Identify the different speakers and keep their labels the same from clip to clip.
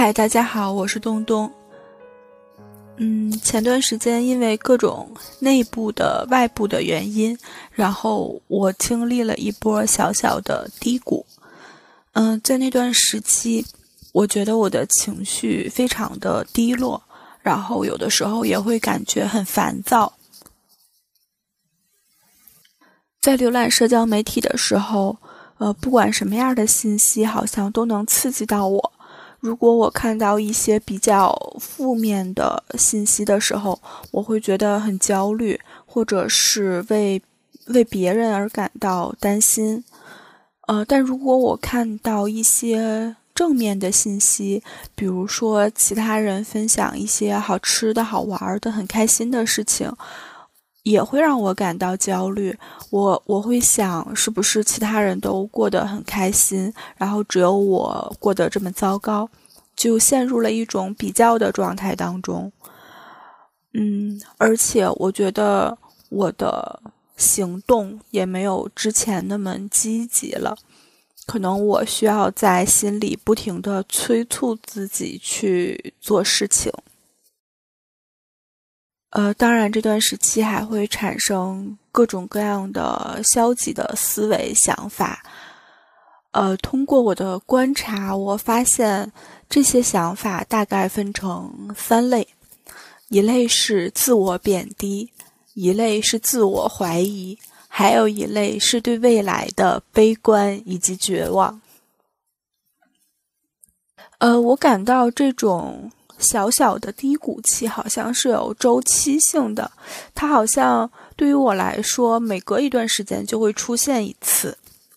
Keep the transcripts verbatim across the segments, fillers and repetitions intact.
Speaker 1: 嗨，大家好，我是东东。嗯，前段时间因为各种内部的、外部的原因，然后我经历了一波小小的低谷。嗯，在那段时期，我觉得我的情绪非常的低落，然后有的时候也会感觉很烦躁。在浏览社交媒体的时候，呃，不管什么样的信息，好像都能刺激到我。如果我看到一些比较负面的信息的时候，我会觉得很焦虑，或者是为为别人而感到担心。呃，但如果我看到一些正面的信息，比如说其他人分享一些好吃的好玩的很开心的事情，也会让我感到焦虑。我我会想，是不是其他人都过得很开心，然后只有我过得这么糟糕，就陷入了一种比较的状态当中。嗯，而且我觉得我的行动也没有之前那么积极了，可能我需要在心里不停地催促自己去做事情。呃，当然这段时期还会产生各种各样的消极的思维想法。呃，通过我的观察，我发现这些想法大概分成三类，一类是自我贬低，一类是自我怀疑，还有一类是对未来的悲观以及绝望。呃，我感到这种小小的低谷期好像是有周期性的，它好像对于我来说，每隔一段时间就会出现一次。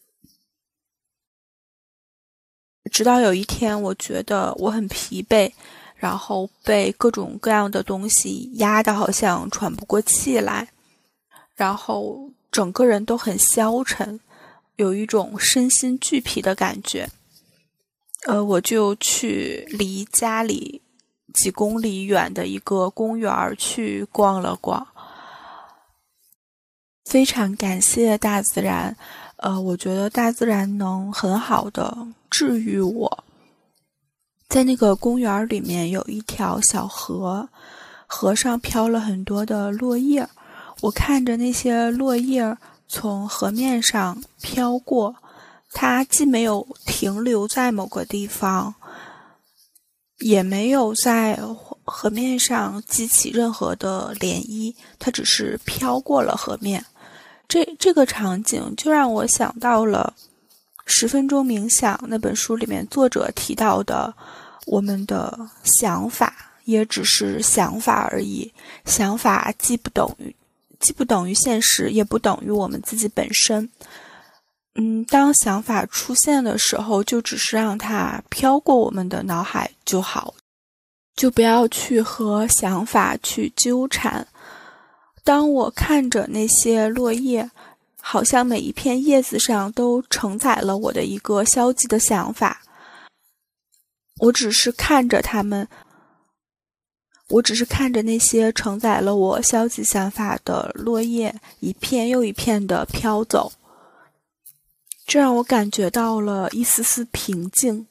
Speaker 1: 直到有一天，我觉得我很疲惫，然后被各种各样的东西压得好像喘不过气来，然后整个人都很消沉，有一种身心俱疲的感觉。呃，我就去离家里几公里远的一个公园去逛了逛。非常感谢大自然，呃，我觉得大自然能很好的治愈我。在那个公园里面有一条小河，河上飘了很多的落叶，我看着那些落叶从河面上飘过，它既没有停留在某个地方，也没有在河面上激起任何的涟漪，它只是飘过了河面。这这个场景就让我想到了十分钟冥想那本书里面作者提到的，我们的想法也只是想法而已，想法既不等于既不等于现实，也不等于我们自己本身。嗯，当想法出现的时候，就只是让它飘过我们的脑海就好，就不要去和想法去纠缠。当我看着那些落叶，好像每一片叶子上都承载了我的一个消极的想法，我只是看着它们，我只是看着那些承载了我消极想法的落叶，一片又一片的飘走。这让我感觉到了一丝丝平静。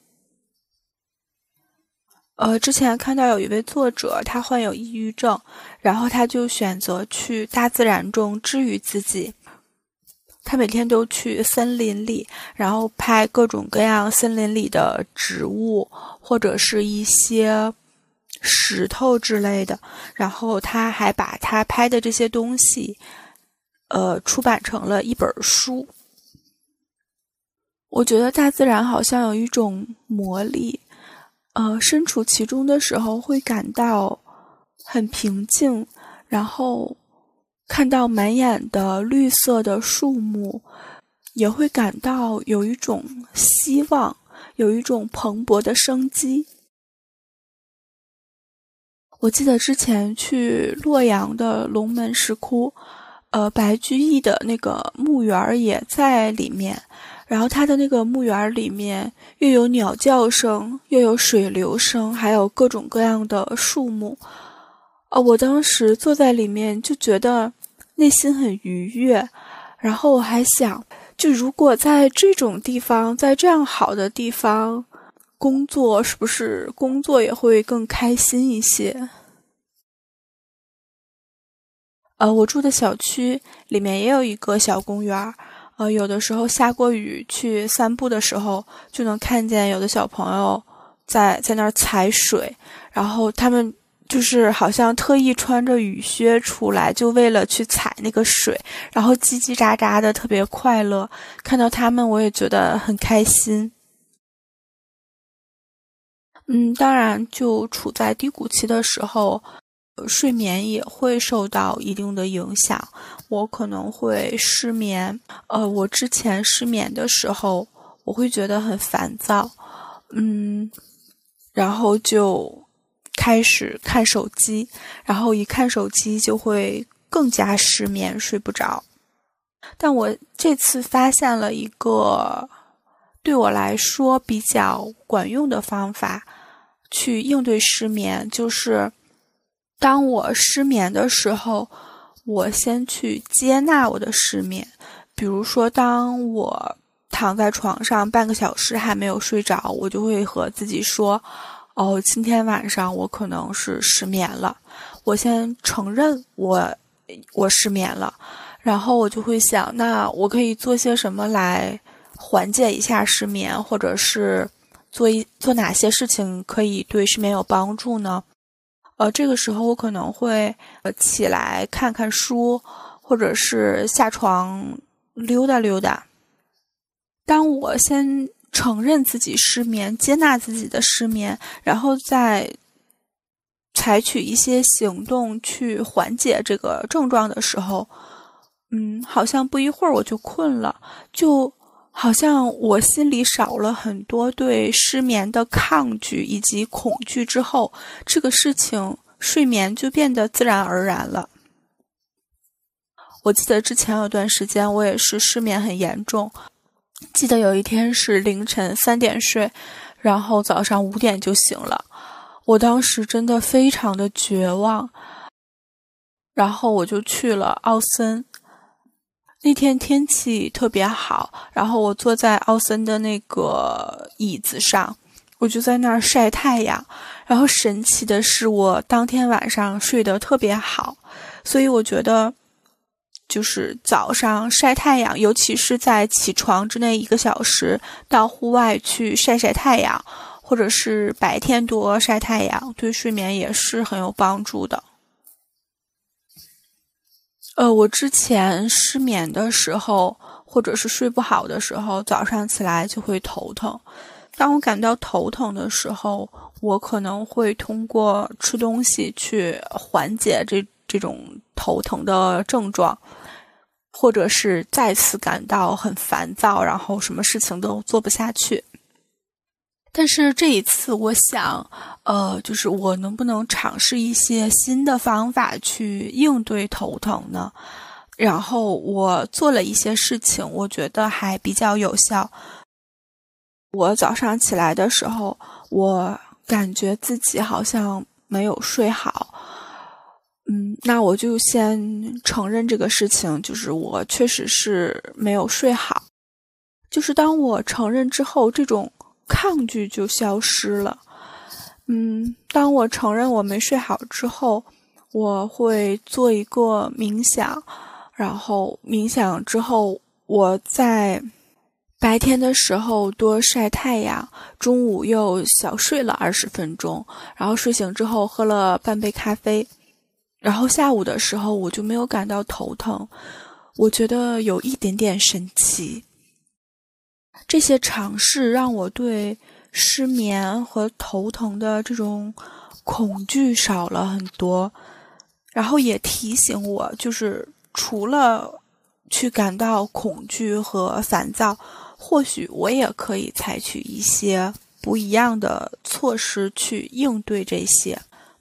Speaker 1: 呃，之前看到有一位作者，他患有抑郁症，然后他就选择去大自然中治愈自己。他每天都去森林里，然后拍各种各样森林里的植物，或者是一些石头之类的，然后他还把他拍的这些东西，呃，出版成了一本书。我觉得大自然好像有一种魔力，呃，身处其中的时候会感到很平静，然后看到满眼的绿色的树木，也会感到有一种希望，有一种蓬勃的生机。我记得之前去洛阳的龙门石窟，呃，白居易的那个墓园也在里面。然后它的那个墓园里面又有鸟叫声，又有水流声，还有各种各样的树木。呃，我当时坐在里面就觉得内心很愉悦，然后我还想，就如果在这种地方，在这样好的地方工作是不是工作也会更开心一些。呃，我住的小区里面也有一个小公园，呃，有的时候下过雨去散步的时候，就能看见有的小朋友在在那儿踩水，然后他们就是好像特意穿着雨靴出来，就为了去踩那个水，然后叽叽喳喳的，特别快乐。看到他们，我也觉得很开心。嗯，当然，就处在低谷期的时候，睡眠也会受到一定的影响，我可能会失眠。呃，我之前失眠的时候，我会觉得很烦躁，嗯，然后就开始看手机，然后一看手机就会更加失眠，睡不着。但我这次发现了一个对我来说比较管用的方法，去应对失眠，就是当我失眠的时候，我先去接纳我的失眠。比如说，当我躺在床上半个小时还没有睡着，我就会和自己说，哦，今天晚上我可能是失眠了。我先承认我我失眠了，然后我就会想，那我可以做些什么来缓解一下失眠，或者是做一做哪些事情可以对失眠有帮助呢？呃，这个时候我可能会呃起来看看书，或者是下床溜达溜达。当我先承认自己失眠，接纳自己的失眠，然后再采取一些行动去缓解这个症状的时候，嗯，好像不一会儿我就困了，就好像我心里少了很多对失眠的抗拒以及恐惧之后，这个事情睡眠就变得自然而然了。我记得之前有段时间我也是失眠很严重，记得有一天是凌晨三点睡，然后早上五点就醒了。我当时真的非常的绝望，然后我就去了奥森。那天天气特别好，然后我坐在奥森的那个椅子上，我就在那儿晒太阳。然后神奇的是，我当天晚上睡得特别好，所以我觉得就是早上晒太阳，尤其是在起床之内一个小时到户外去晒晒太阳，或者是白天多晒太阳，对睡眠也是很有帮助的。呃，我之前失眠的时候，或者是睡不好的时候，早上起来就会头疼。当我感到头疼的时候，我可能会通过吃东西去缓解这这种头疼的症状，或者是再次感到很烦躁，然后什么事情都做不下去。但是这一次我想，呃，就是我能不能尝试一些新的方法去应对头疼呢？然后我做了一些事情，我觉得还比较有效。我早上起来的时候，我感觉自己好像没有睡好。嗯，那我就先承认这个事情，就是我确实是没有睡好。就是当我承认之后，这种抗拒就消失了。嗯，当我承认我没睡好之后，我会做一个冥想，然后冥想之后，我在白天的时候多晒太阳，中午又小睡了二十分钟，然后睡醒之后喝了半杯咖啡，然后下午的时候我就没有感到头疼，我觉得有一点点神奇。这些尝试让我对失眠和头疼的这种恐惧少了很多，然后也提醒我，就是除了去感到恐惧和烦躁，或许我也可以采取一些不一样的措施去应对这些。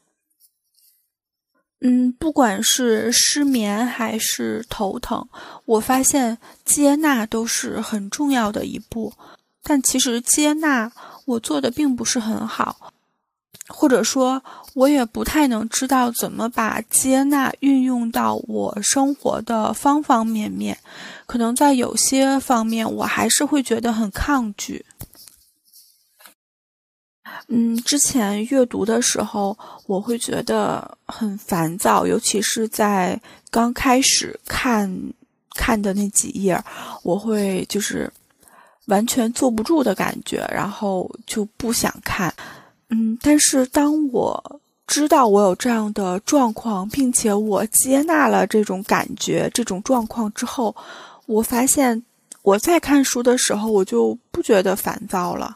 Speaker 1: 嗯，不管是失眠还是头疼，我发现接纳都是很重要的一步。但其实接纳我做的并不是很好，或者说我也不太能知道怎么把接纳运用到我生活的方方面面。可能在有些方面我还是会觉得很抗拒。 嗯，之前阅读的时候，我会觉得很烦躁，尤其是在刚开始看看的那几页，我会就是完全坐不住的感觉，然后就不想看。嗯，但是当我知道我有这样的状况，并且我接纳了这种感觉、这种状况之后，我发现我在看书的时候，我就不觉得烦躁了。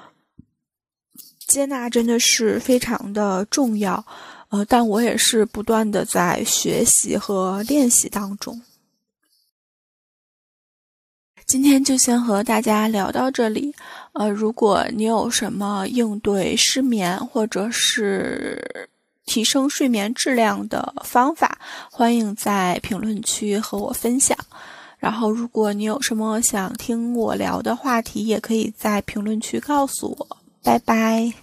Speaker 1: 接纳真的是非常的重要，呃，但我也是不断的在学习和练习当中。今天就先和大家聊到这里，呃，如果你有什么应对失眠或者是提升睡眠质量的方法，欢迎在评论区和我分享。然后如果你有什么想听我聊的话题，也可以在评论区告诉我。拜拜。